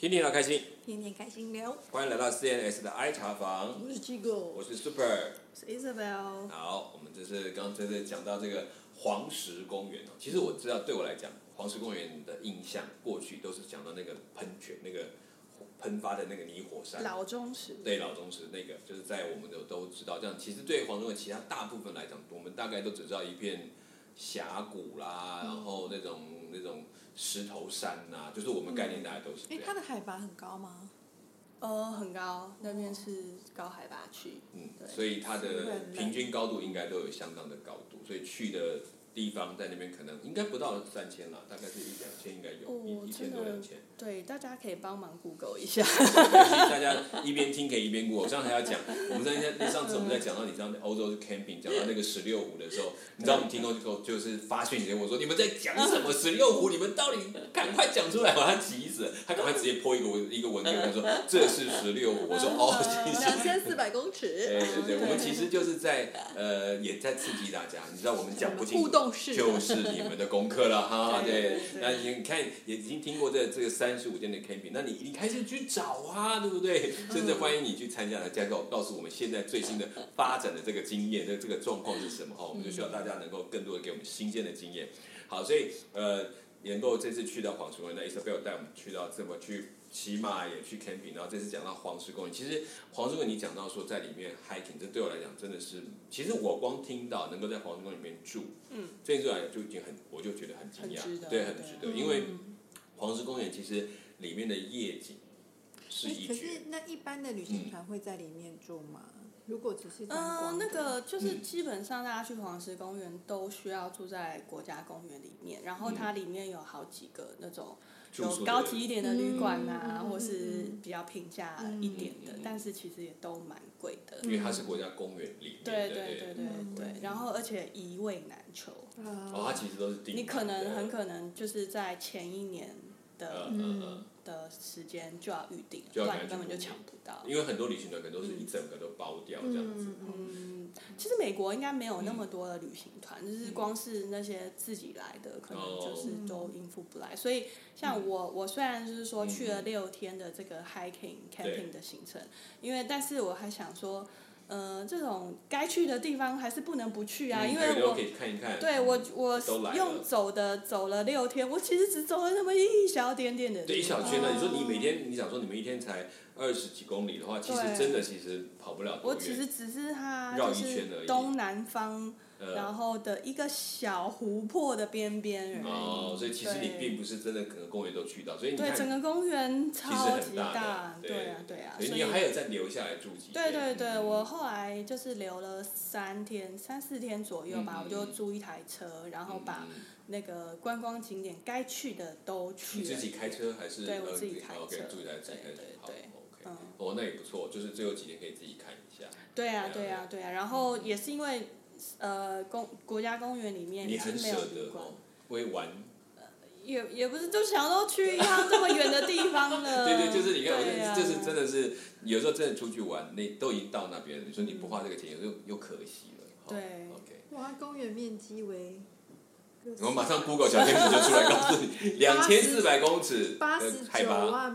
天天聊开心， 天天开心聊。 欢迎来到 CNS 的 I 茶房， 我是 Gigo， 我是 Super， 我是 Isabel。 好，我们刚才讲到这个黄石公园哦。其实我知道，对我来讲，黄石公园的印象过去都是讲到那个喷泉，那个喷发的那个泥火山。 老钟石。对， 老钟石那个，就是在我们都知道。这样，其实对黄石公园其他大部分来讲，我们大概都只知道一片峡谷啦，然后那种石头山呐，就是我们概念大概都是这样。 它的海拔很高吗？ 很高，那边是高海拔区。 所以它的平均高度应该都有相当的高度，所以去的地方在那边可能应该不到3000啦，大概是1-2000应该有，1000多2000。 对，大家可以帮忙 Google 一下。 大家一边听可以一边 Google。我上次还要讲，上次我们在讲到你知道欧洲 camping 讲到那个16湖的时候，你知道我们听众就是发讯息给我说，你们在讲什么16湖？你们到底赶快讲出来吧！他急死了，他赶快直接 po 一个文给我说这是16湖。我说哦，谢谢。 2400公尺。 对，我们其实就是在也在刺激大家，你知道我们讲不清楚， 互动式就是你们的功课了哈。对，那你看也已经听过这个35天的 camping， 那你开始去找啊，对不对？甚至欢迎你去参加，来告诉我们现在最新的发展的这个经验，这个状况是什么？我们就需要大家能够更多的给我们新鲜的经验。好，所以能够这次去到黄石公园，那 Isabel 带我们去到这么去骑马也去 camping， 然后这次讲到黄石公园，其实黄石公园你讲到说在里面 hiking， 这对我来讲真的是，其实我光听到能够在黄石公园里面住，这件事来就已经我就觉得很惊讶，对，很值得，因为黄石公园其实里面的夜景是一绝。 可是那一般的旅行团会在里面住吗？如果只是观光那个就是基本上大家去黄石公园都需要住在国家公园里面，然后它里面有好几个那种有高级一点的旅馆啊，或是比较平价一点的，但是其实也都蛮贵的。 因为它是国家公园里面。 对，然后而且一位难求。 它其实都是定。 你很可能就是在前一年的时间就要预定，不然根本就抢不到。 因为很多旅行团可能都是一整个都包掉这样子。 其实美国应该没有那么多的旅行团，就是光是那些自己来的，可能就是都应付不来。所以像我虽然就是说去了6天的这个 camping 的行程，但是我还想说。这种该去的地方还是不能不去啊，因为我看一看， 对我用走了6天，我其实只走了那么一小点点的地方。 对，一小圈呢。你说你每天，你想说你们一天才20几公里的话，其实真的跑不了多远。 我其实只是它绕一圈而已， 东南方。然后的一个小湖泊的边边而已。 所以其实你并不是真的整个公园都去到，所以你看， 对，整个公园超级大， 对啊。所以你还有再留下来住几天？ 对，我后来就是留了3天、3-4天左右吧，我就租一台车，然后把那个观光景点该去的都去了。 你自己开车还是？ 对，我自己开车。 住一台自己开车，好 OK。 那也不错，就是最后几天可以自己看一下。 对啊，然后也是因为。国家公园里面已经没有旅馆， 会玩。 也不是，就想说去一趟这么远的地方了。 对，就是你看，就是真的是有时候真的出去玩，你都已经到那边了，你说你不花这个钱，又可惜了。 对。 OK。 哇，公园面积为。 我马上 Google 小天使就出来告诉你，2400公尺海拔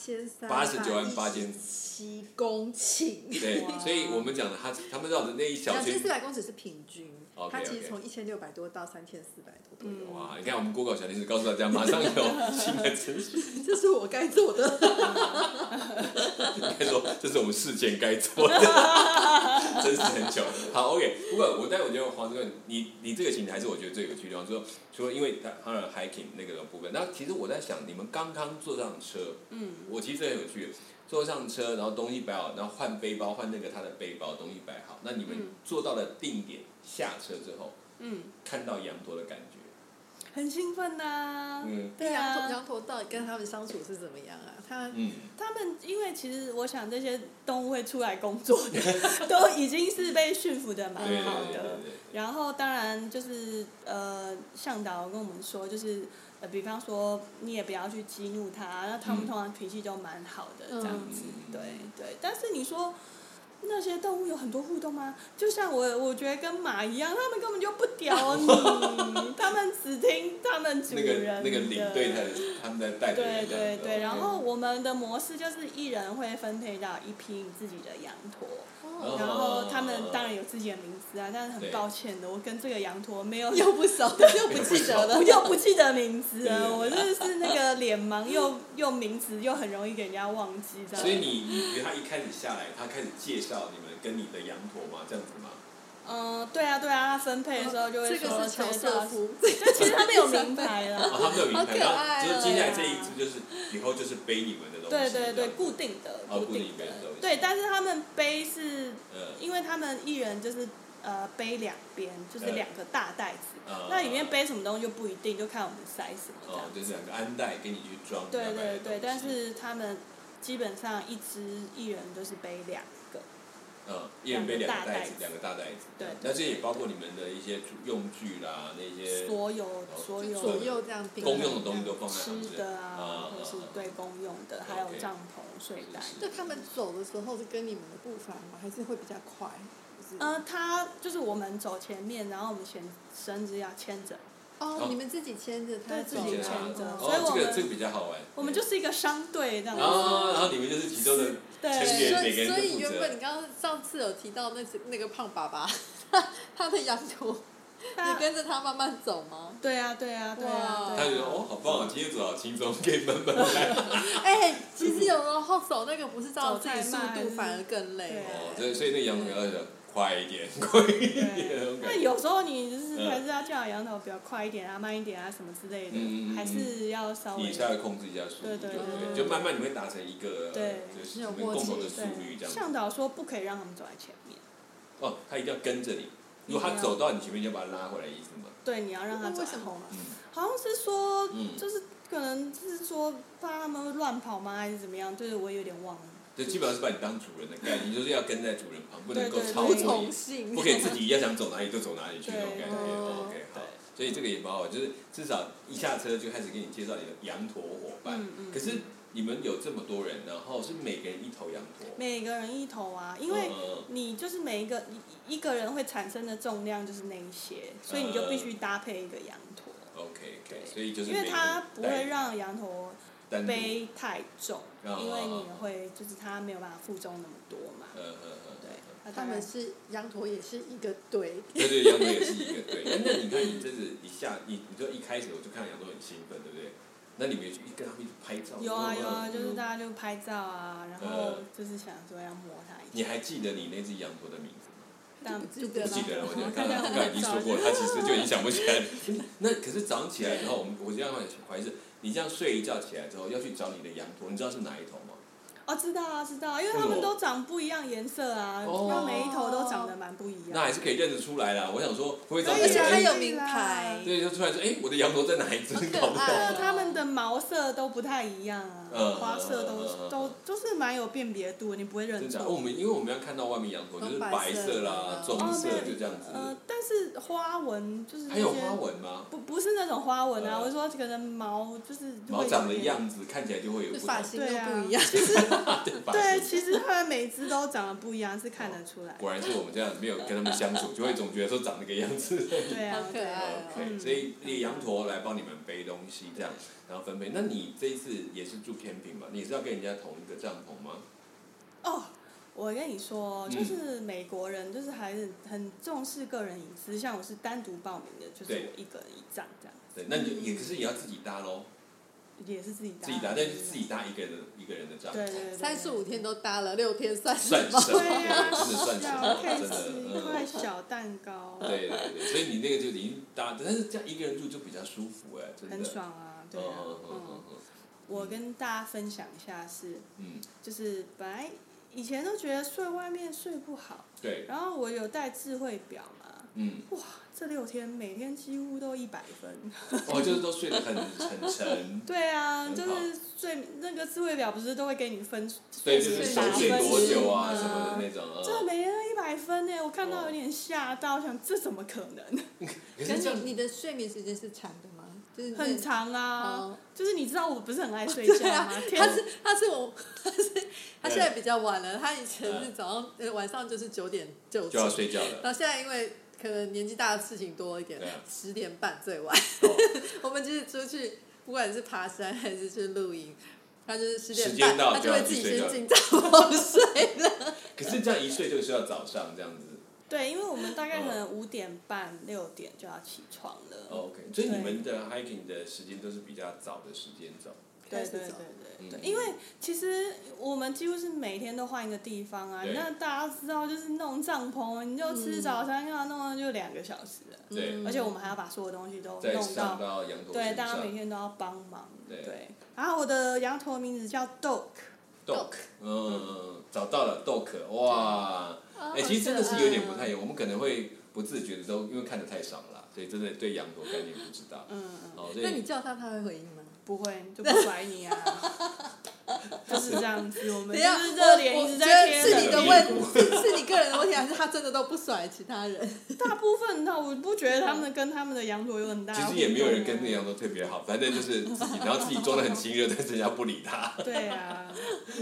，898017公顷。 对，所以我们讲的他们绕的那一小圈 ，2400公尺是平均，它其实从1600多到3400多都有。 哇，你看我们 Google 小天使告诉大家，马上有新的资讯。 这是我该做的。 应该说这是我们事前该做的，真是很糗。好 ，OK。不过我觉得黄石公园，你这个行程还是我觉得最有趣的地方。除了因为它的 hiking 那个部分，那其实我在想，你们刚刚坐上车，我其实很有趣的，坐上车，然后东西摆好，然后换背包，换那个他的背包，东西摆好，那你们坐到了定点，下车之后，看到羊驼的感觉。 很兴奋呐， 对啊，羊驼到底跟他们相处是怎么样啊？他们因为其实我想这些动物会出来工作的，都已经是被驯服的蛮好的。然后当然就是向导跟我们说，就是比方说你也不要去激怒它，那他们通常脾气就蛮好的这样子，对。但是你说那些动物有很多互动吗？就像我觉得跟马一样，他们根本就不屌你，他们只听他们主人的。 那个领队他们在带着人。 对，然后我们的模式就是一人会分配到一匹自己的羊驼。然后他们当然有自己的名字啊，但是很抱歉的，我跟这个羊驼没有又不熟，又不记得了， 又不记得名字了。我就是那个脸盲，又名字又很容易给人家忘记这样。 所以你比如他一开始下来，他开始介绍你们跟你的羊驼吗？这样子吗？ 对啊，他分配的时候就会说， 这个是乔瑟夫， 就其实他们有名牌了。 他们有名牌，然后就是接下来这一只就是以后就是背你们的东西。 对，固定的。 固定背的东西。 对，但是他们背是，因为他们一人就是背两边，就是2个大袋子，那里面背什么东西就不一定，就看我们塞什么这样。 就是2个安袋给你去装。 对，但是他们基本上一人就是背2个。 一人背2个袋子，2个大袋子。 对。 那这也包括你们的一些用具啦，那些。 所有左右这样公用的东西都放在他们吃的啊，或是对公用的，还有帐篷、睡袋。 对，他们走的时候是跟你们的步伐吗？还是会比较快？ 他就是我们走前面，然后我们绳子要牵着。 你们自己牵着他走，自己牵着， 所以我们这个比较好玩。 我们就是一个商队这样子。 然后你们就是其中的成员，每个人都负责。 所以原本你刚刚上次有提到那个胖爸爸，他的羊驼，你跟着他慢慢走吗？ 对啊。 他就说好棒，今天走好轻松，可以慢慢来。 其实有时候走那个不是照自己速度，反而更累。 所以那羊驼要快一点。 那有时候你就是还是要叫羊头比较快一点啊、慢一点啊什么之类的，还是要稍微。 你稍微控制一下速度。对，就慢慢你会达成一个就是你们共同的速率这样。 向导说不可以让他们走在前面。 他一定要跟着你。如果他走到你前面，你就把他拉回来，意思吗？ 对，你要让他走。为什么？ 好像是说，就是可能是说怕他们会乱跑吗，还是怎么样？就是我有点忘了。 就基本上是把你当主人的概念，就是要跟在主人旁，不能够超过你，不可以自己要想走哪里就走哪里去那种感觉。OK， 好，所以这个也蛮好，就是至少一下车就开始给你介绍你的羊驼伙伴。可是你们有这么多人，然后是每个人一头羊驼？ 每个人一头啊，因为你就是每一个人会产生的重量就是那一些，所以你就必须搭配一个羊驼。 OK， 所以就是因为它不会让羊驼背太重，因为你会就是它没有办法负重那么多嘛。对， 他们是羊驼也是一个队。 对，羊驼也是一个队。那你看你这是你说一开始我就看到羊驼很兴奋，对不对？那你们也去跟他们一起拍照？ 有啊，就是大家就拍照啊，然后就是想说要摸它一下。 你还记得你那只羊驼的名字吗？ 不记得了，我刚才已经说过了，他其实就已经想不起来。那可是早上起来之后，我这样怀疑是，你这样睡一觉起来之后要去找你的羊驼，你知道是哪一头吗？ 知道，因为他们都长不一样颜色啊，因为每一头都长得蛮不一样。 那还是可以认得出来啦。我想说，会不会找？ 而且它有名牌。 对，就出来说，我的羊驼在哪一只？搞不懂。 他们的毛色都不太一样啊，花色都就是蛮有辨别度，你不会认错。 因为我们要看到外面羊驼就是白色啦、棕色就这样子。 但是花纹就是还有花纹吗？ 不是那种花纹啊，我说可能毛就是毛长的样子看起来就会有不同， 发型都不一样。 对，其实他们每只都长得不一样，是看得出来。 果然是我们这样没有跟他们相处，就会总觉得说长那个样子。 对啊， 可爱。 OK， 所以羊驼来帮你们背东西，这样，然后分配。那你这一次也是住 camping 吗？你是要跟人家同一个帐篷吗？ 我跟你说，就是美国人就是还是很重视个人隐私，像我是单独报名的，就是我一个人一帐这样。 对，那你可是也要自己搭咯。 也是自己搭， 但是自己搭一个人的帐篷。 对。 35天都搭了，6天算什么？ 对呀， 真的算什么？真的。 一块小蛋糕。 对，所以你那个就已经搭，但是这样一个人住就比较舒服真的。 很爽啊，对啊。我跟大家分享一下就是本来以前都觉得睡外面睡不好， 对。 然后我有带智慧表嘛，哇，这6天每天几乎都100分。 就是都睡得很沉。 对啊，就是睡那个智慧表不是都会给你分， 对，就是熟睡多久啊什么的那种。 这每天都100分呢，我看到有点吓到，想这怎么可能？ 可是你的睡眠时间是长的吗？ 就是很长啊，就是你知道我不是很爱睡觉吗？ 他现在比较晚了，他以前是晚上就是9点就要睡觉了， 然后现在因为可能年纪大的事情多一点，10点半最晚。我们就是出去，不管是爬山还是去露营，他就是10点半，他就会自己先进帐篷睡了。 可是这样一睡就睡到早上这样子。 对，因为我们大概可能5点半、6点就要起床了。 OK， 所以你们的 hiking 的时间都是比较早的时间走。 对，因为其实我们几乎是每天都换一个地方啊。那大家知道，就是弄帐篷，你就吃早餐，要弄就2个小时了。 对， 而且我们还要把所有东西都弄到羊驼身上。 对，大家每天都要帮忙。对，然后我的羊驼名字叫 Doc。 找到了 Doc， 哇！其实真的是有点不太一样，我们可能会不自觉的都因为看得太少了，所以真的对羊驼概念不知道。 那你叫他会回应吗？ 不会，就不甩你啊。就是这样子，我们就是热脸一直在贴是你的问题，是你个人的问题，还是他真的都不甩其他人？ 大部分我不觉得他们跟他们的羊驼有很大的。 其实也没有人跟那羊驼特别好，反正就是自己，然后自己装得很亲热，但是人家不理他。 对啊。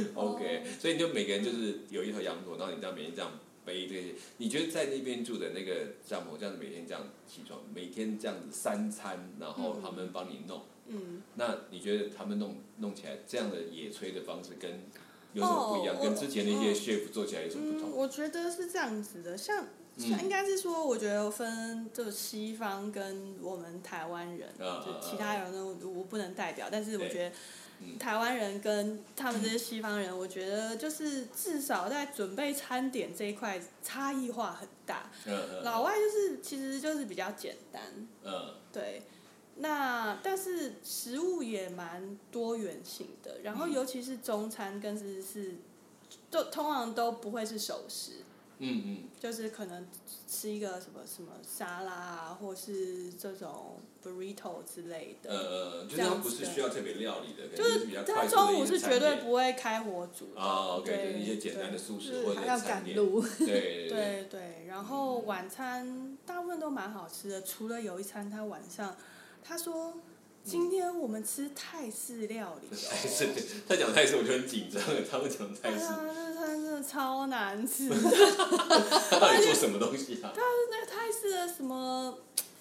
OK， 所以你就每个人就是有一头羊驼，然后你这样每天这样背这些。你觉得在那边住的那个帐篷，这样子每天这样起床，每天这样子3餐，然后他们帮你弄。那你觉得他们弄起来这样的野炊的方式跟有什么不一样？跟之前的一些 chef 做起来有什么不同？ 我觉得是这样子的，像应该是说，我觉得分就西方跟我们台湾人，就其他人我不能代表，但是我觉得台湾人跟他们这些西方人，我觉得就是至少在准备餐点这一块差异化很大。老外其实就是比较简单。对。但是食物也蛮多元性的，然后尤其是中餐更是通常都不会是熟食。就是可能吃一个什么沙拉啊，或是这种 burrito 之类的。 就是它不是需要特别料理的， 就是他中午是绝对不会开火煮的。 OK， 就是一些简单的素食或者餐点。 对，然后晚餐大部分都蛮好吃的，除了有一餐他晚上他说。今天我们吃泰式料理。 他讲泰式我就很紧张了，他们讲泰式。 那餐真的超难吃。 他到底做什么东西啊？ 他是那个泰式的什么，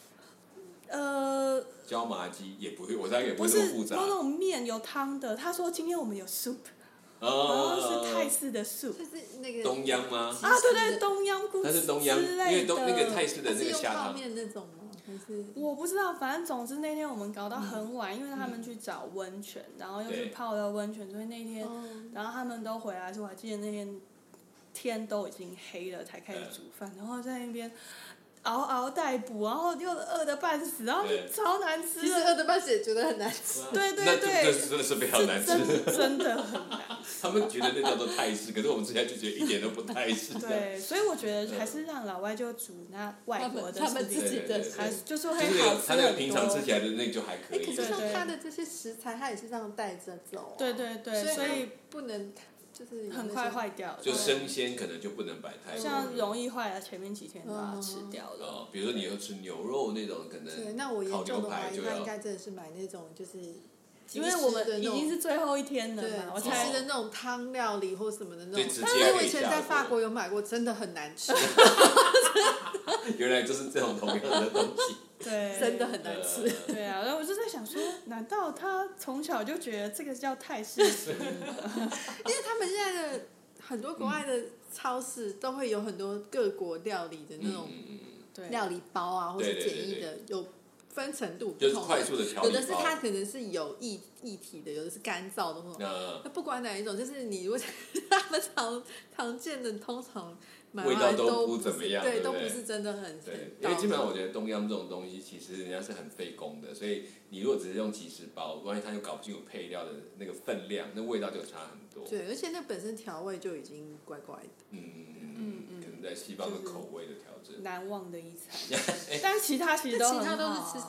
椒麻鸡也不会，我猜也不会那么复杂。 不是那种面有汤的，他说今天我们有 soup。然后是泰式的 soup， 就是那个东央吗？ 对，东央菇它是东央，因为那个泰式的那个虾汤。 泡面那种吗？ 我不知道，反正总之那天我们搞到很晚，因为他们去找温泉，然后又是泡了温泉，所以那天，然后他们都回来的时候，我还记得那天都已经黑了才开始煮饭，然后在那边嗷嗷待哺，然后又饿得半死，然后就超难吃。 其实饿得半死也觉得很难吃。 对， 那真的是非常难吃， 真的很难吃。 他们觉得那叫做泰式，可是我们之前就觉得一点都不泰式。 对，所以我觉得还是让老外就煮那外国的， 他们自己的， 还就是会好吃很多。 他那个平常吃起来的那就还可以。 可是像他的这些食材，他也是这样带着走。 对，所以不能。就是很快坏掉， 就生鲜可能就不能摆太久， 像容易坏了，前面几天都要吃掉了。 比如说你要吃牛肉那种，可能对，那我严重的怀疑他应该真的是买那种就是， 因为我们已经是最后一天了嘛，我猜的那种汤料理或什么的那种。 但是我以前在法国有买过，真的很难吃。 原来就是这种同样的东西。 对， 真的很难吃。 对啊，然后我就在想说，难道他从小就觉得这个叫泰式食物吗？ 因为他们现在的很多国外的超市都会有很多各国料理的那种料理包啊，或是简易的，有分程度不同， 就是快速的调理包。 有的是它可能是有液体的，有的是干燥的那种。那不管哪一种，就是你如果他们常见的，通常。 味道都不怎么样， 对，都不是真的很。 对，因为基本上我觉得东阳这种东西，其实人家是很费工的，所以你如果只是用即食包，万一他又搞不清楚配料的那个分量，那味道就差很多。 对，而且那本身调味就已经怪怪的。 可能在西方的口味的调整。 难忘的一餐，但其他其实都很好。 其他都是吃什么？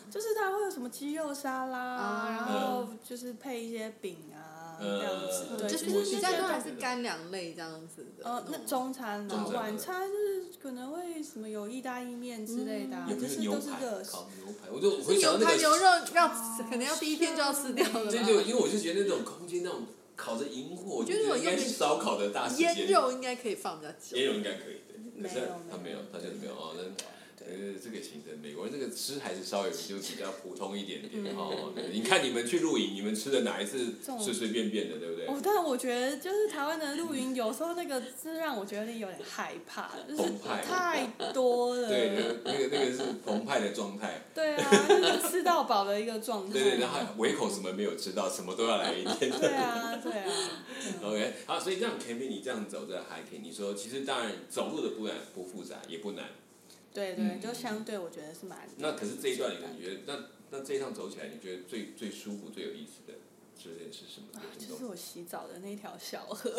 就是它会有什么鸡肉沙拉啊，然后就是配一些饼啊这样子，对， 就是比较多还是干粮类这样子的。 那中餐啊，晚餐就是可能会什么有意大利面之类的，就是都是热食。 烤牛排，我就会想牛排牛肉可能要第一天就要吃掉了。 对，因为我就觉得那种空间那种烤着萤火，我觉得应该是烧烤的大时间。 腌肉应该可以放比较久。 腌肉应该可以，对。可是他没有，他就是没有哦。这个行程，美国人这个吃还是稍微就比较普通一点点哦。你看你们去露营，你们吃的哪一次随随便便的，对不对？ 但我觉得就是台湾的露营，有时候那个是让我觉得有点害怕，就是太多了。 对，那个是澎湃的状态。 对啊，就是吃到饱的一个状态。 对，然后胃口什么没有吃到，什么都要来一点。 对啊。 OK， 好，所以这样 camping 你这样走这 hiking， 你说其实当然走路的不复杂，也不难。 对，就相对我觉得是蛮。 那可是这一段你觉得，那这一趟走起来，你觉得最舒服、最有意思的这件是什么？ 就是我洗澡的那条小河。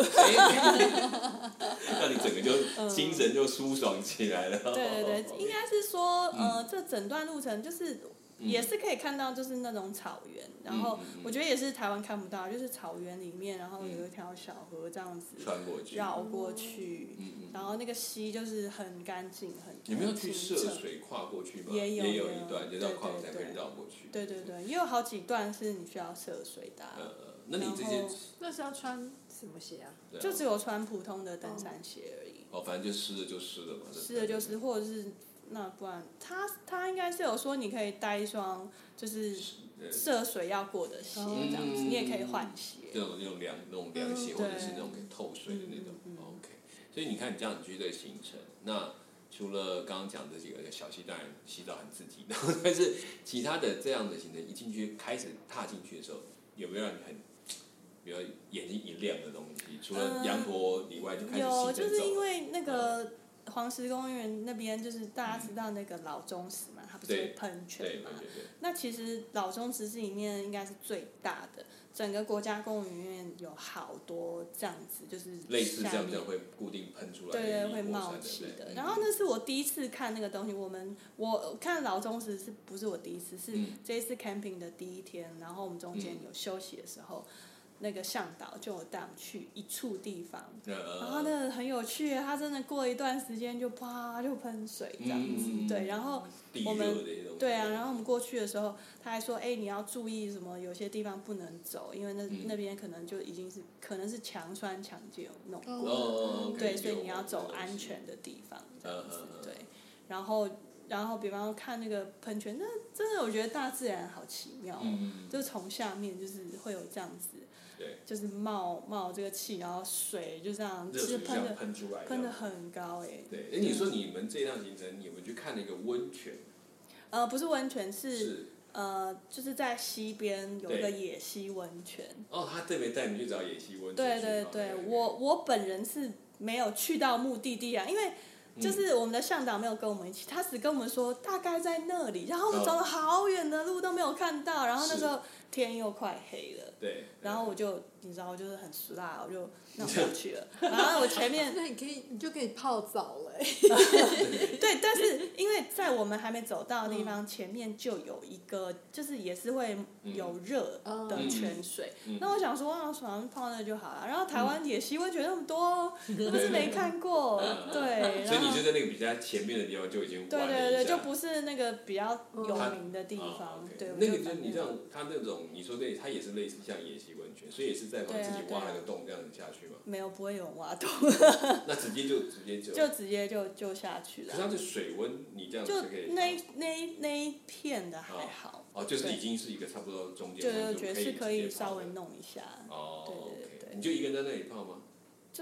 那你整个就精神就舒爽起来了。 对，应该是说这整段路程就是也是可以看到就是那种草原，然后我觉得也是台湾看不到，就是草原里面，然后有一条小河这样子穿过去， 绕过去，然后那个溪就是很干净很。 你们要去涉水跨过去吗？ 也有一段，就要跨才可以绕过去。 对，也有好几段是你需要涉水的。 那你这些那是要穿什么鞋啊？ 就只有穿普通的登山鞋而已。 反正就湿了就湿了嘛。 湿了就湿，或者是。那不然，他应该是有说你可以带一双就是涉水要过的鞋这样子，你也可以换鞋。 那种凉鞋，或者是那种可以透水的那种。OK， 所以你看你这样去这个行程，那除了刚刚讲的几个小溪，当然洗澡很刺激，但是其他的这样的行程一进去开始踏进去的时候，有没有让你很比较眼睛一亮的东西？除了羊驼以外，就开始有，就是因为那个。黄石公园那边就是大家知道那个老钟石嘛，它不是会喷泉嘛？那其实老钟石里面应该是最大的，整个国家公园里面有好多这样子，就是类似这样会固定喷出来的， 对，会冒气的。然后那是我第一次看那个东西，我看老钟石是不是我第一次？是这一次 camping 的第一天，然后我们中间有休息的时候。那个向导就有带我们去一处地方，然后那个很有趣，他真的过一段时间就啪就喷水这样子，对，然后我们对啊，然后我们过去的时候，他还说，你要注意什么，有些地方不能走，因为那边可能就已经是可能是强酸强碱有弄过，对，所以你要走安全的地方这样子，对，然后比方说看那个喷泉，那真的我觉得大自然好奇妙就从下面就是会有这样子。就是冒这个气，然后水就这样，就是喷出来， 喷得很高对，你说你们这趟行程，你们去看了一个温泉？ 不是温泉，是就是在溪边有一个野溪温泉。 他特别带你去找野溪温泉。对，我本人是没有去到目的地啊，因为就是我们的向导没有跟我们一起，他只跟我们说大概在那里，然后我们走了好远的路都没有看到，然后那时候天又快黑了。 对， 然后我就你知道，我就是很俗辣，我就那我不要去了。然后我前面那你就可以泡澡了。 对，但是因为在我们还没走到的地方，前面就有一个，就是也是会有热的泉水。那我想说，好像泡那就好了。然后台湾野溪温泉那么多，不是没看过，对。 所以你就在那个比较前面的地方就已经玩了一下。 对，就不是那个比较有名的地方。对， 那个就是你这样，他那种你说它也是类似像野溪温泉，所以也是在帮自己挖了个洞这样子下去嘛。 没有，不会有人挖洞。 那直接就下去了。 可是它的水温，你这样就可以。 那一片的还好。 就是已经是一个差不多中间温度， 觉得是可以稍微弄一下。 对。你就一个人在那里泡吗？ 就是。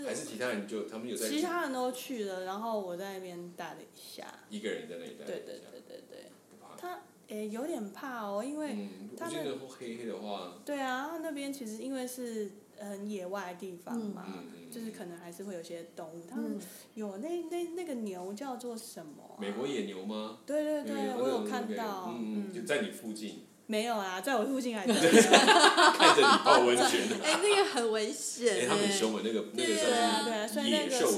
还是其他人他们有在。 其他人都去了，然后我在那边待了一下。 一个人在那里待了一下。 对。他有点怕因为他那个黑黑的话。 对啊，那边其实因为是很野外的地方嘛，就是可能还是会有些动物。他们有那个牛叫做什么？ 美国野牛吗？ 对，我有看到。 就在你附近。 没有啊，在我附近还看着你泡温泉。 那个很危险。 他很凶的，那个算是野兽级。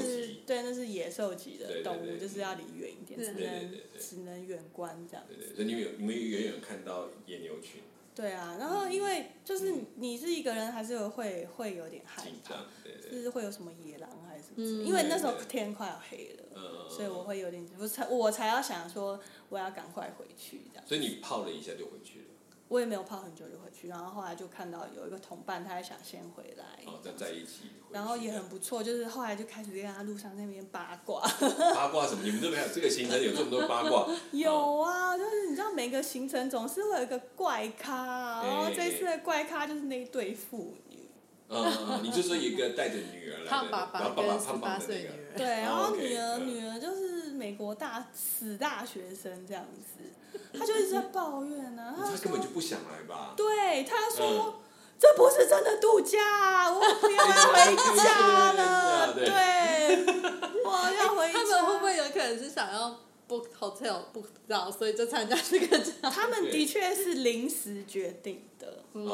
对，那是野兽级的动物，就是要离远一点，只能远观这样。 对，所以你们远远看到野牛群。 对啊，然后因为就是你是一个人，还是会有点害怕，就是会有什么野狼还是什么，因为那时候天快要黑了，所以我会有点，我才要想说我要赶快回去这样。 所以你泡了一下就回去了。 我也没有泡很久就回去，然后后来就看到有一个同伴，他也想先回来， 在一起， 然后也很不错，就是后来就开始跟他路上那边八卦。 八卦什么？你们这边这个行程有这么多八卦？ 有啊，就是你知道每个行程总是会有一个怪咖，然后这次的怪咖就是那一对父女。 你就说一个带着女儿来的， 胖爸爸跟18岁女儿。 对，然后女儿就是美国死大学生这样子。他就一直在抱怨啊， 他根本就不想来吧？ 对，他说、这不是真的度假，我不要回家了。对，我要回家。 他们会不会有可能是想要 book hotel 不知道，所以就参加这个？ 他们的确是临时决定的。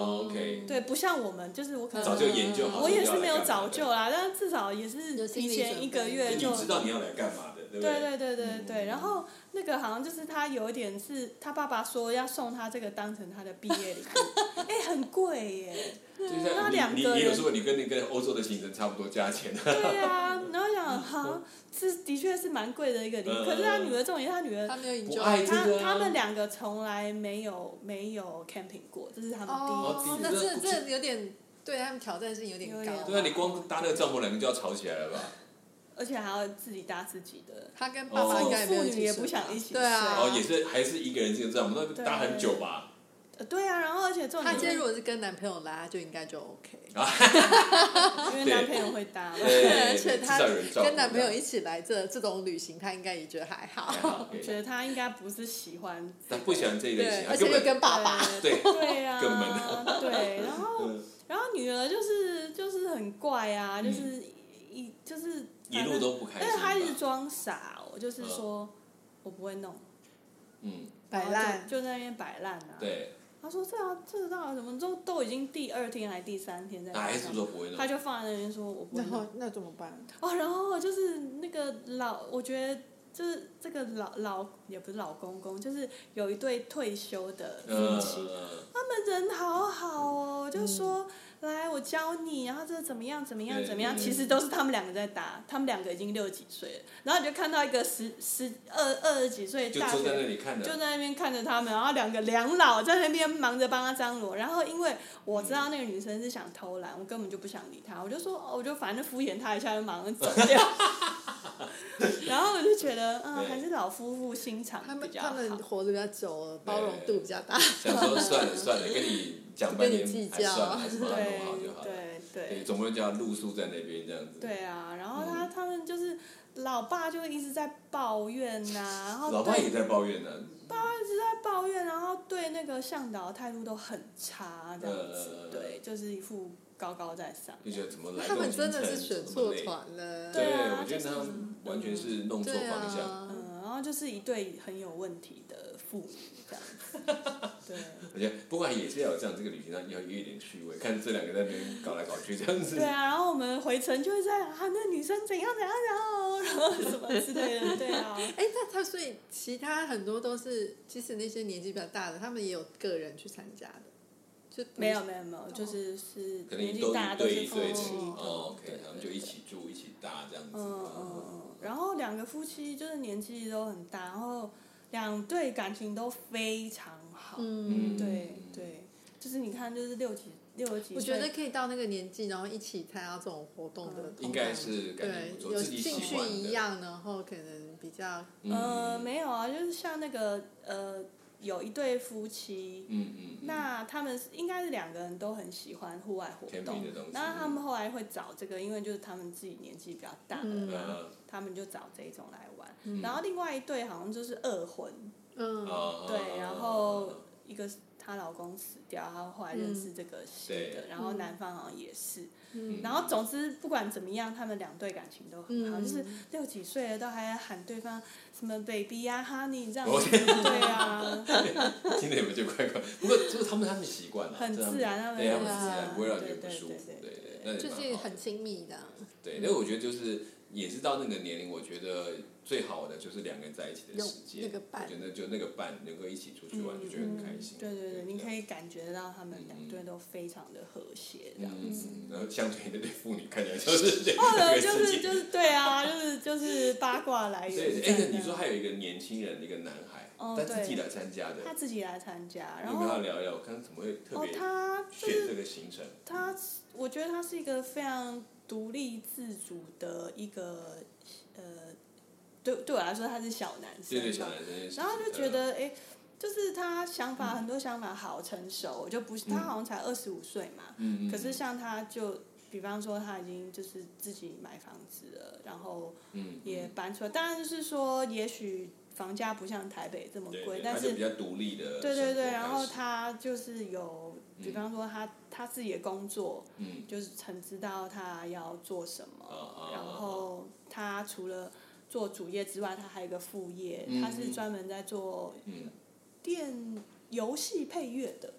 OK。 对，不像我们，就是我可能早就研究好。 我也是没有早就啦，但是至少也是提前1个月就。 你知道你要来干嘛的，对不对？对，然后那个好像就是他有一点是他爸爸说要送他这个当成他的毕业礼物，很贵耶。 那你有时候你跟那个欧洲的行程差不多价钱。 对啊，然后想好是的确是蛮贵的一个礼物，可是他女儿重点，他女儿他没有研究， 他们2个从来没有 camping 过，这是他们第一次。 那这有点对他们挑战性有点高。 对啊，你光搭那个帐篷，2个就要吵起来了吧？ 而且还要自己搭自己的。 他跟爸爸应该父女也不想一起睡。 对啊。 还是一个人这个帐篷，那搭很久吧？ 对啊，然后而且这种他今天如果是跟男朋友来，就应该就 OK， 因为男朋友会搭， 而且他跟男朋友一起来这种旅行，他应该也觉得还好。 我觉得他应该不是喜欢， 他不喜欢这一类型， 而且又跟爸爸， 对啊， 更闷。 对，然后女儿就是很怪啊，就是一路都不开心， 但是她一直装傻，就是说我不会弄， 摆烂， 就在那边摆烂啊。 对。 他说这到底怎么都已经第2天还是第3天在那， 还是说不会弄， 他就放在那边说我不会弄， 那怎么办？ 然后就是那个我觉得就是这个也不是老公公，就是有一对退休的夫妻，他们人好好哦，就说。来，我教你，然后这怎么样？其实都是他们2个在打，他们2个已经60几岁了，然后你就看到一个20几岁大学，就在那边看着他们，然后2个两老在那边忙着帮他张罗，然后因为我知道那个女生是想偷懒，我根本就不想理她，我就说，我就反正敷衍她一下就马上走掉，然后我就觉得，还是老夫妇心肠比较好， 他们活得比较久了，包容度比较大。 想说算了，跟你讲半天还算了，还是把它弄好就好了。对，总不能叫他露宿在那边这样子。 对啊，然后他们就是老爸就一直在抱怨呐，然后老爸也在抱怨呢。 爸一直在抱怨，然后对那个向导态度都很差，这样子，对，就是一副高高在上。 就觉得怎么来？ 他们真的是选错团了。 对，我觉得他们完全是弄错方向。 然后就是一对很有问题的父女这样子。对。 而且不过也是要有这样，这个旅行上要有一点趣味，看这2个在那边搞来搞去这样子。 对啊，然后我们回程就会在那女生怎样，然后什么之类的，对啊。 他所以其他很多都是，其实那些年纪比较大的，他们也有个人去参加的。 没有，就是年纪大都是夫妻。 OK， 他们就一起住一起搭这样子。 然后2个夫妻就是年纪都很大，然后2对感情都非常好。对，就是你看，就是60几岁。 我觉得可以到那个年纪，然后一起参加这种活动的， 应该是感觉不错， 有兴趣一样，然后可能比较。 没有啊，就是像那个有一对夫妻，那他们应该是2个人都很喜欢户外活动，那他们后来会找这个，因为就是他们自己年纪比较大了，他们就找这种来玩。然后另外一对好像就是2婚，对，然后一个她老公死掉，她后来认识这个新的，然后男方好像也是。然后总之不管怎么样，他们2对感情都很好，就是60几岁了都还喊对方什么 baby 啊 honey 这样子，对啊。 听着有没有就怪怪？不过就是他们习惯了， 很自然，他们很自然，不会让人觉得不舒服，对， 就是很亲密的。 对，因为我觉得就是也是到那个年龄，我觉得最好的就是两个人在一起的时间，我觉得就那个伴能够一起出去玩，就觉得很开心。 对对对，你可以感觉到他们两对都非常的和谐这样子。 然后相对的对妇女看起来就是这个就是对啊，就是八卦来源。 对，你说还有一个年轻人，一个男孩，他自己来参加的。 他自己来参加，然后你跟他聊一聊，看怎么会特别选这个行程。 我觉得他是一个非常独立自主的一个对我来说他是小男生， 对小男生， 然后就觉得就是他很多想法好成熟，就不是他好像才25岁嘛，可是像他就比方说他已经就是自己买房子了，然后也搬出来，当然就是说也许房价不像台北这么贵，但是比较独立的。 对，然后他就是有，比方说他自己的工作，就是很知道他要做什么，然后他除了做主业之外，他还有一个副业，他是专门在做游戏配乐的。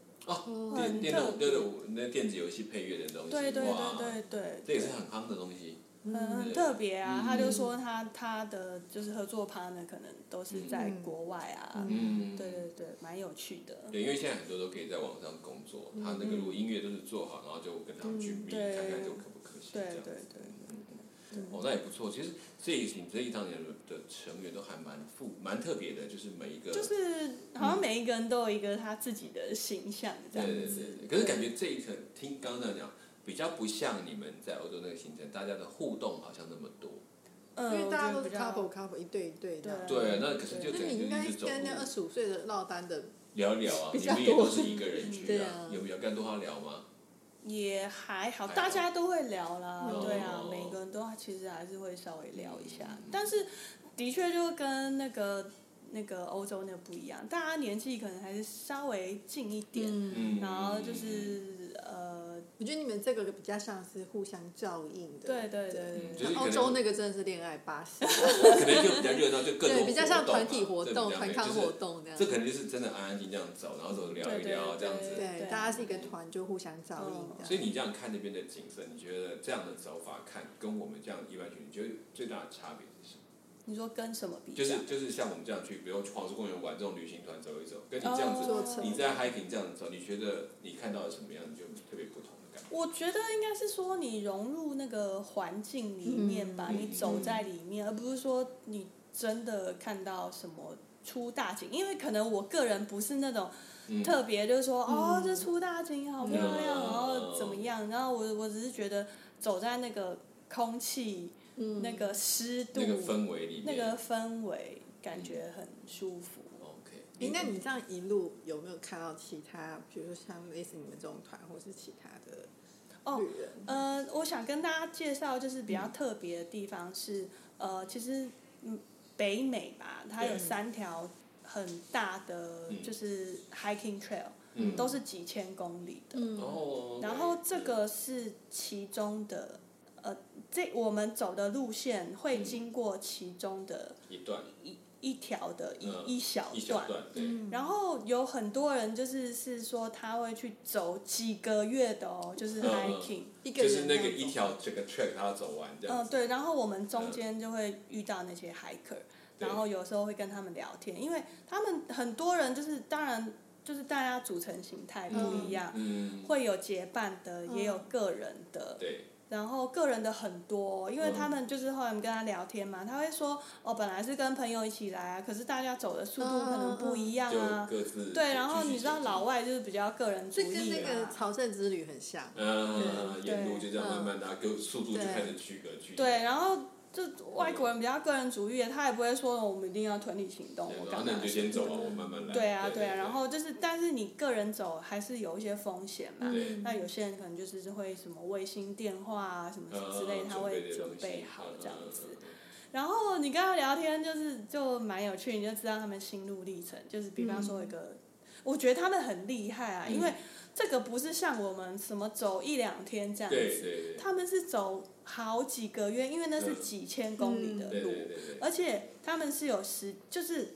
那电子游戏配乐的东西， 对， 这也是很夯的东西。 很特别啊！他就说他的就是合作 partner 可能都是在国外啊，对，蛮有趣的。 对，因为现在很多都可以在网上工作，他那个如果音乐都是做好，然后就跟他们去看看就可不可行。 对。 那也不错。其实这一趟的成员都还蛮特别的，就是每一个就是好像每一个人都有一个他自己的形象这样子。 对。可是感觉这一层听刚刚那样讲，比较不像你们在欧洲那个行程，大家的互动好像那么多。 因为大家都是 couple 一对一对的。 对，那可是就那你应该跟那25岁的落单的聊聊啊，你们也都是一个人去啊，有跟多他聊吗？ 也还好，大家都会聊啦，对啊，每个人都其实还是会稍微聊一下，但是的确就跟那个欧洲那个不一样，大家年纪可能还是稍微近一点，然后就是我觉得你们这个比较像是互相照应的。 对。 欧洲那个真的是恋爱巴士。 可能就比较热闹，就更多比较像团体活动、团康活动这样。 这可能就是真的安安静这样走，然后走聊一聊这样子。 对，大家是一个团，就互相照应。 所以你这样看那边的景色，你觉得这样的走法看跟我们这样一般去，你觉得最大的差别是什么？ 你说跟什么比较？ 就是像我们这样去，比如黄石公园玩这种旅行团走一走，跟你这样子，你在 hiking 这样走，你觉得你看到了什么样就特别不同的感觉？ 我觉得应该是说你融入那个环境里面吧，你走在里面，而不是说你真的看到什么出大景，因为可能我个人不是那种特别就是说这出大景好漂亮，然后怎么样，然后我只是觉得走在那个空气。那个湿度， 那个氛围里面， 那个氛围感觉很舒服。 OK。 那你这样一路有没有看到其他，比如说像类似你们这种团，或是其他的旅人？ 我想跟大家介绍，就是比较特别的地方是，其实北美吧，它有3条很大的就是 hiking trail，都是几千公里的。然后这个是其中的。我们走的路线会经过其中的一条的一小段，然后有很多人是说他会去走几个月的就是 hiking， 就是那个一条这个 track 他要走完这样。 对，然后我们中间就会遇到那些 hiker，然后有时候会跟他们聊天，因为他们很多人就是当然就是大家组成形态不一样，会有结伴的，也有个人的。 对。 然后个人的很多，因为他们就是后来我们跟他聊天嘛，他会说本来是跟朋友一起来啊，可是大家走的速度可能不一样啊，对，然后你知道老外就是比较个人主义嘛， 这跟那个朝圣之旅很像， 沿路就这样慢慢的，速度就开始区隔距离。 对，然后就外国人比较个人主义，他也不会说我们一定要团体行动，我干嘛？ 那你就先走啊，我慢慢来。 对啊，然后就是，但是你个人走还是有一些风险嘛。那有些人可能就是会什么卫星电话啊什么之类，他会准备好这样子。然后你跟他聊天就蛮有趣，你就知道他们心路历程。就是比方说一个，我觉得他们很厉害啊，因为这个不是像我们什么走1-2天这样子，他们是走好几个月，因为那是几千公里的路，而且他们是有就是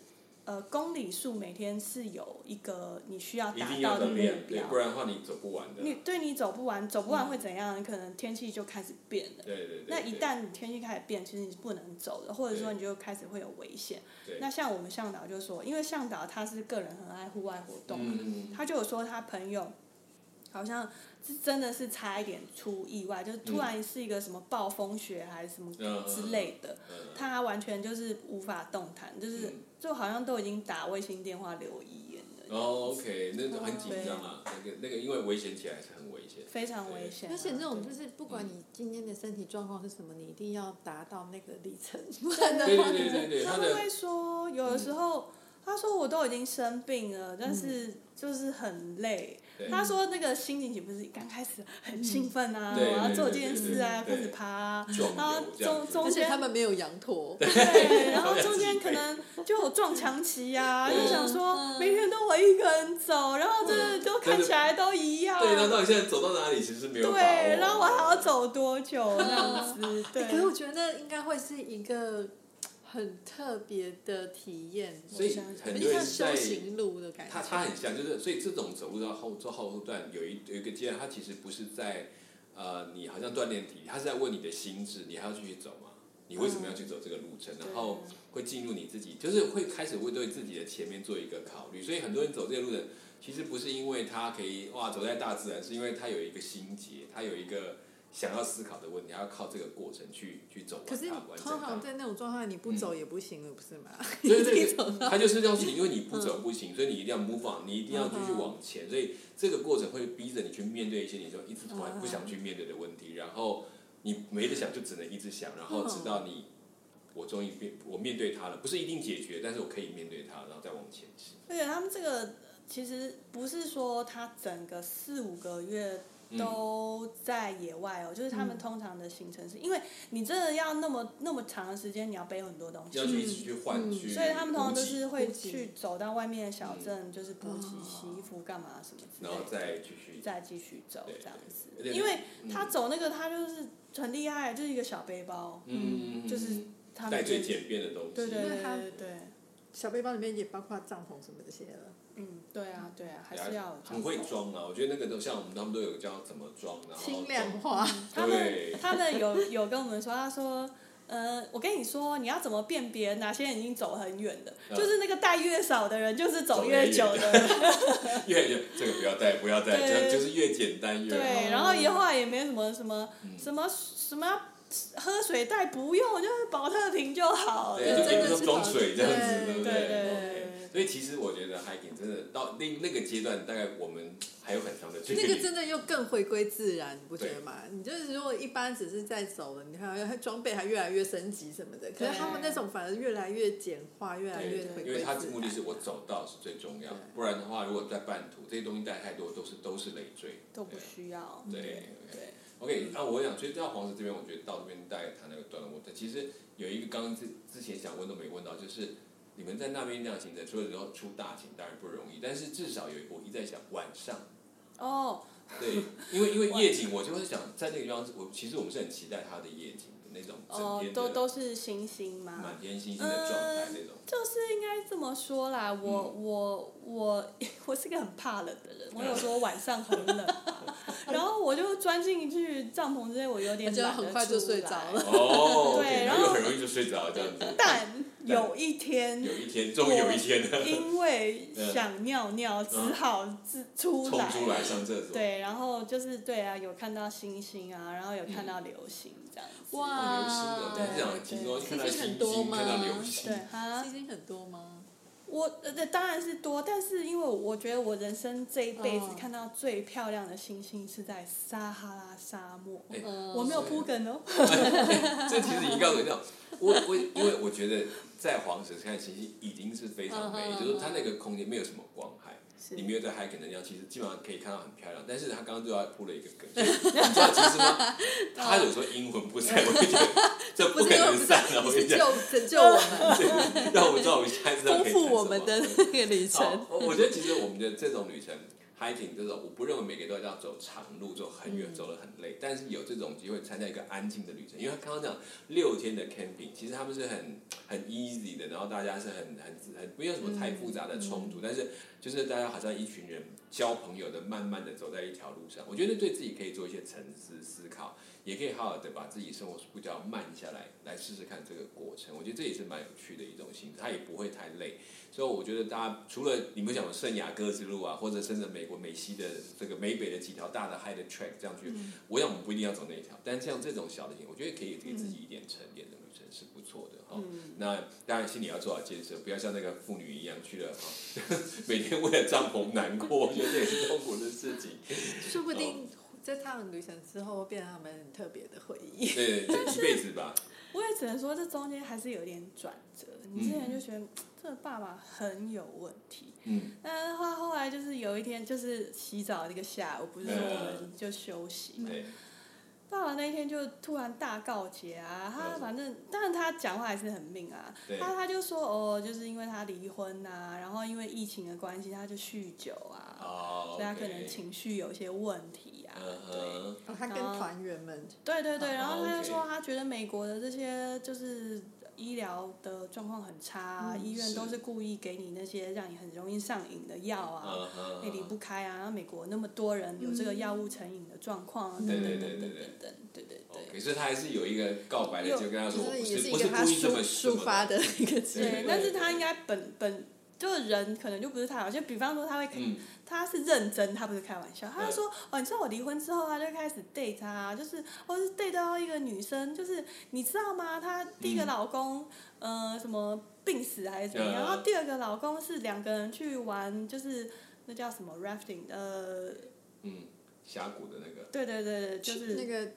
公里数每天是有一个你需要达到的目标， 不然的话你走不完的。 你走不完会怎样？你可能天气就开始变了。 对。 那一旦你天气开始变，其实你是不能走的，或者说你就开始会有危险。那像我们向导就说，因为向导他是个人很爱户外活动嘛，他就有说他朋友好像是真的是差一点出意外，就是突然是一个什么暴风雪还是什么之类的，他完全就是无法动弹，就好像都已经打卫星电话留医院了。 OK， 那种很紧张啊，那个因为危险起来是很危险， 非常危险。 而且那种就是不管你今天的身体状况是什么，你一定要达到那个里程，不然的话， 对， 他们会说有的时候。他说我都已经生病了，但是就是很累。他说那个心情岂不是刚开始很兴奋啊，我要做这件事啊，开始爬啊，然后中间他们没有羊驼， 对，然后中间可能就有撞墙期啊，就想说每天都我一个人走，然后真的都看起来都一样。 对，那到底现在走到哪里其实没有把握。 对，然后我还要走多久这样子？对。 可是我觉得那应该会是一个很特别的体验， 所以很多人在修行路的感觉。 他很像，就是所以这种走路到做后段有一个阶段，它其实不是在你好像锻炼体力，它是在问你的心智，你还要继续走吗？你为什么要去走这个路程？然后会进入你自己，就是会开始会对自己的前面做一个考虑。所以很多人走这个路程，其实不是因为他可以走在大自然，是因为他有一个心结，他有一个想要思考的问题，要靠这个过程去走完它。 可是通常在那种状态，你不走也不行了，不是吗？ 对，他就是告诉你，因为你不走不行，所以你一定要 move on， 你一定要继续往前。所以这个过程会逼着你去面对一些你说一直突然不想去面对的问题，然后你没得想，就只能一直想，然后直到我终于我面对它了，不是一定解决，但是我可以面对它，然后再往前行。 而且他们这个其实不是说他整个4-5个月都在野外哦，就是他们通常的行程是，因为你真的要那么长的时间，你要背很多东西， 要去一直去换去， 所以他们通常都是会去走到外面的小镇，就是补给、洗衣服、干嘛什么之类的， 然后再继续走这样子。因为他走那个，他就是很厉害，就是一个小背包，就是他们带最简便的东西， 对。 小背包里面也包括帐篷什么这些了。 对啊，还是要很会装啊！我觉得那个都像他们都有教怎么装，然后轻量化。 他们有跟我们说，他说，我跟你说，你要怎么辨别哪些人已经走很远的，就是那个带越少的人，就是走越久的。 这个不要带，就是越简单越好。 对，然后以后也没什么要喝水袋不用，就是保特瓶就好了。 对，就变成装水这样子，对不对？ 所以其实我觉得 hiking 真的到那个阶段，大概我们还有很长的距离。 那个真的又更回归自然，你不觉得吗？你就是如果一般只是在走了，你看装备还越来越升级什么的，可是他们那种反而越来越简化，越来越回归自然。 因为他的目的是我走到是最重要，不然的话，如果在半途这些东西带太多，都是累赘， 都不需要。 对。OK， 我想，所以到黄石这边，我觉得到这边大概谈那个段落。其实有一个刚刚之前想问都没问到，就是你们在那边这样行程，除了说出大景当然不容易，但是至少我一直在想晚上。对，因为夜景，我就会想在那个地方，其实我们是很期待它的夜景的那种整天的都是星星嘛， 满天星星的状态那种。 就是应该这么说啦，我是个很怕冷的人，我有说晚上很冷，然后我就钻进去帐篷之内，我有点懒得出来， 很快就睡着了。 对，然后很容易就睡着这样子。 但有一天， 终于有一天了， 因为想尿尿，只好冲出来上厕所。 对，然后就是有看到星星啊，然后有看到流星这样子。 哇， 流星对，这样听说看到星星，看到流星， 星星很多吗？ 当然是多，但是因为我觉得我人生这一辈子看到最漂亮的星星是在撒哈拉沙漠。我没有铺梗哦。 这其实已经告诉你这样，因为我觉得在黄石看星星已经是非常美，就是它那个空间没有什么光害，你没有在hiking的地方，其实基本上可以看到很漂亮。但是他刚刚对他铺了一个梗，你知道其实吗？他有时候阴魂不散，我就觉得这不可能散了。我跟你讲， 拯救我们， 让我们知道我们下一次要可以丰富我们的那个旅程。 我觉得其实我们的这种旅程 hiking 这种，我不认为每个都要走长路，走很远，走得很累。但是有这种机会参加一个安静的旅程，因为他刚刚讲6天的 camping， 其实他们是很 easy 的，然后大家是很没有什么太复杂的冲突，但是就是大家好像一群人交朋友的，慢慢的走在一条路上。我觉得对自己可以做一些沉思思考，也可以好好的把自己生活步调慢下来试试看这个过程。我觉得这也是蛮有趣的一种形式，它也不会太累。所以我觉得大家除了你们讲的圣雅各之路啊，或者甚至美国美西的这个美北的几条大的 high 的 track 这样去，我想我们不一定要走那一条，但像这种小的我觉得可以给自己一点沉淀的旅程是不错的哈。那当然心里要做好建设，不要像那个妇女一样去了每天为了帐篷难过，我觉得这也是痛苦的事情。 说不定这趟旅程之后会变成他们很特别的回忆。 对，这一辈子吧。 我也只能说，这中间还是有点转折。你之前就觉得这个爸爸很有问题，但是他后来就是有一天，就是洗澡的一个下午，不是说我们就休息嘛。爸爸那一天就突然大告解啊，他反正，当然他讲话还是很命啊，他就说就是因为他离婚啊，然后因为疫情的关系，他就酗酒啊，所以他可能情绪有些问题啊，对。 他跟团员们。 对，然后他就说他觉得美国的这些就是医疗的状况很差，医院都是故意给你那些让你很容易上瘾的药啊，你离不开啊。美国那么多人有这个药物成瘾的状况啊，等等。 可是他还是有一个告白的，就跟他说， 也是不一个他抒发的一个机会。但是他应该本就是人可能就不是太好，就比方说他会，他是认真，他不是开玩笑。他就说你知道我离婚之后，他就开始 date 啊，就是是 date 到一个女生，就是你知道吗？他第一个老公什么病死还是怎么样，然后第二个老公是2个人去玩，就是那叫什么 rafting 峡谷的那个。 对，就是那个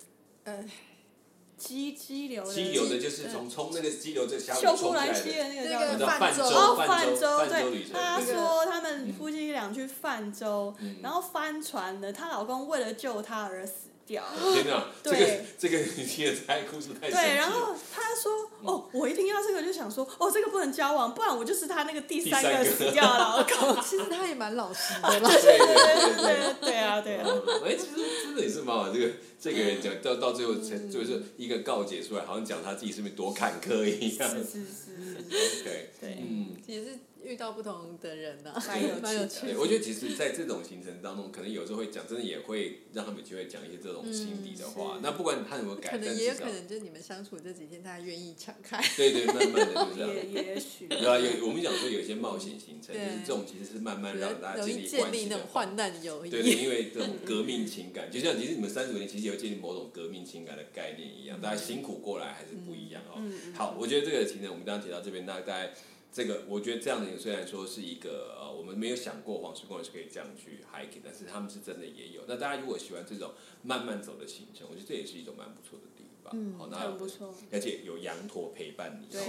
激流的就是从那个激流这峡谷冲出来的那个泛舟对，他说他们夫妻俩去泛舟，然后翻船了，她老公为了救她而死掉。 天哪，这个女性的太故事太神奇了。 对，然后他说我一听到这个就想说这个不能交往，不然我就是他那个第3个死掉的老公。 其实他也蛮老实的啦。 对啊。 其实真的也是蛮好，这个人讲到最后就是一个告解出来，好像讲他自己是不是多坎坷一样。 是。 对， 也是遇到不同的人呐， 蛮有趣的。 我觉得其实，在这种行程当中，可能有时候会讲，真的也会让他们有机会讲一些这种心底的话。那不管他有没有改， 可能也有可能就是你们相处这几天，他愿意敞开。 对，慢慢的就这样。 也许。 对啊，我们讲说有一些冒险行程，就是这种其实是慢慢让大家建立关系的。 那种患难友谊。 对，因为这种革命情感，就像其实你们35年其实有建立某种革命情感的概念一样，大家辛苦过来还是不一样哦。好，我觉得这个行程我们刚刚提到这边，那大概。这个我觉得这样的虽然说是一个我们没有想过黄石公园是可以这样去 hiking， 但是他们是真的也有。那大家如果喜欢这种慢慢走的行程，我觉得这也是一种蛮不错的地方。好，那很不错。 而且有羊驼陪伴你。 对。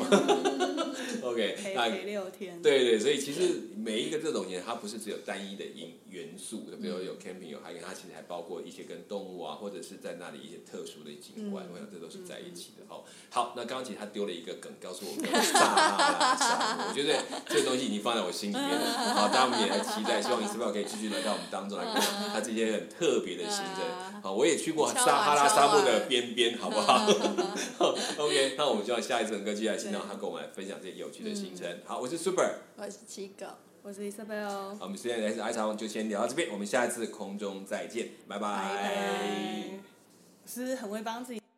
OK， 陪6天。 对，所以其实每一个这种行程，它不是只有单一的元素，比如有 camping 有 hiking， 它其实还包括一些跟动物啊，或者是在那里一些特殊的景观，我想这都是在一起的。好，那刚刚其实他丢了一个梗，告诉我们撒哈拉沙漠，我觉得这个东西已经放在我心里面了。好，大家我们也来期待，希望Isabel可以继续来到我们当中来跟他这些很特别的行程。好，我也去过撒哈拉沙漠的边，好不好？OK， 那我们就要下一次很客气来请到他跟我们来分享这些有趣的行程。好，我是 Super， 我是七狗， 我是 Isabel。好， 我们现在是爱茶王就先聊到这边，我们下一次空中再见，拜拜。 是很会帮自己。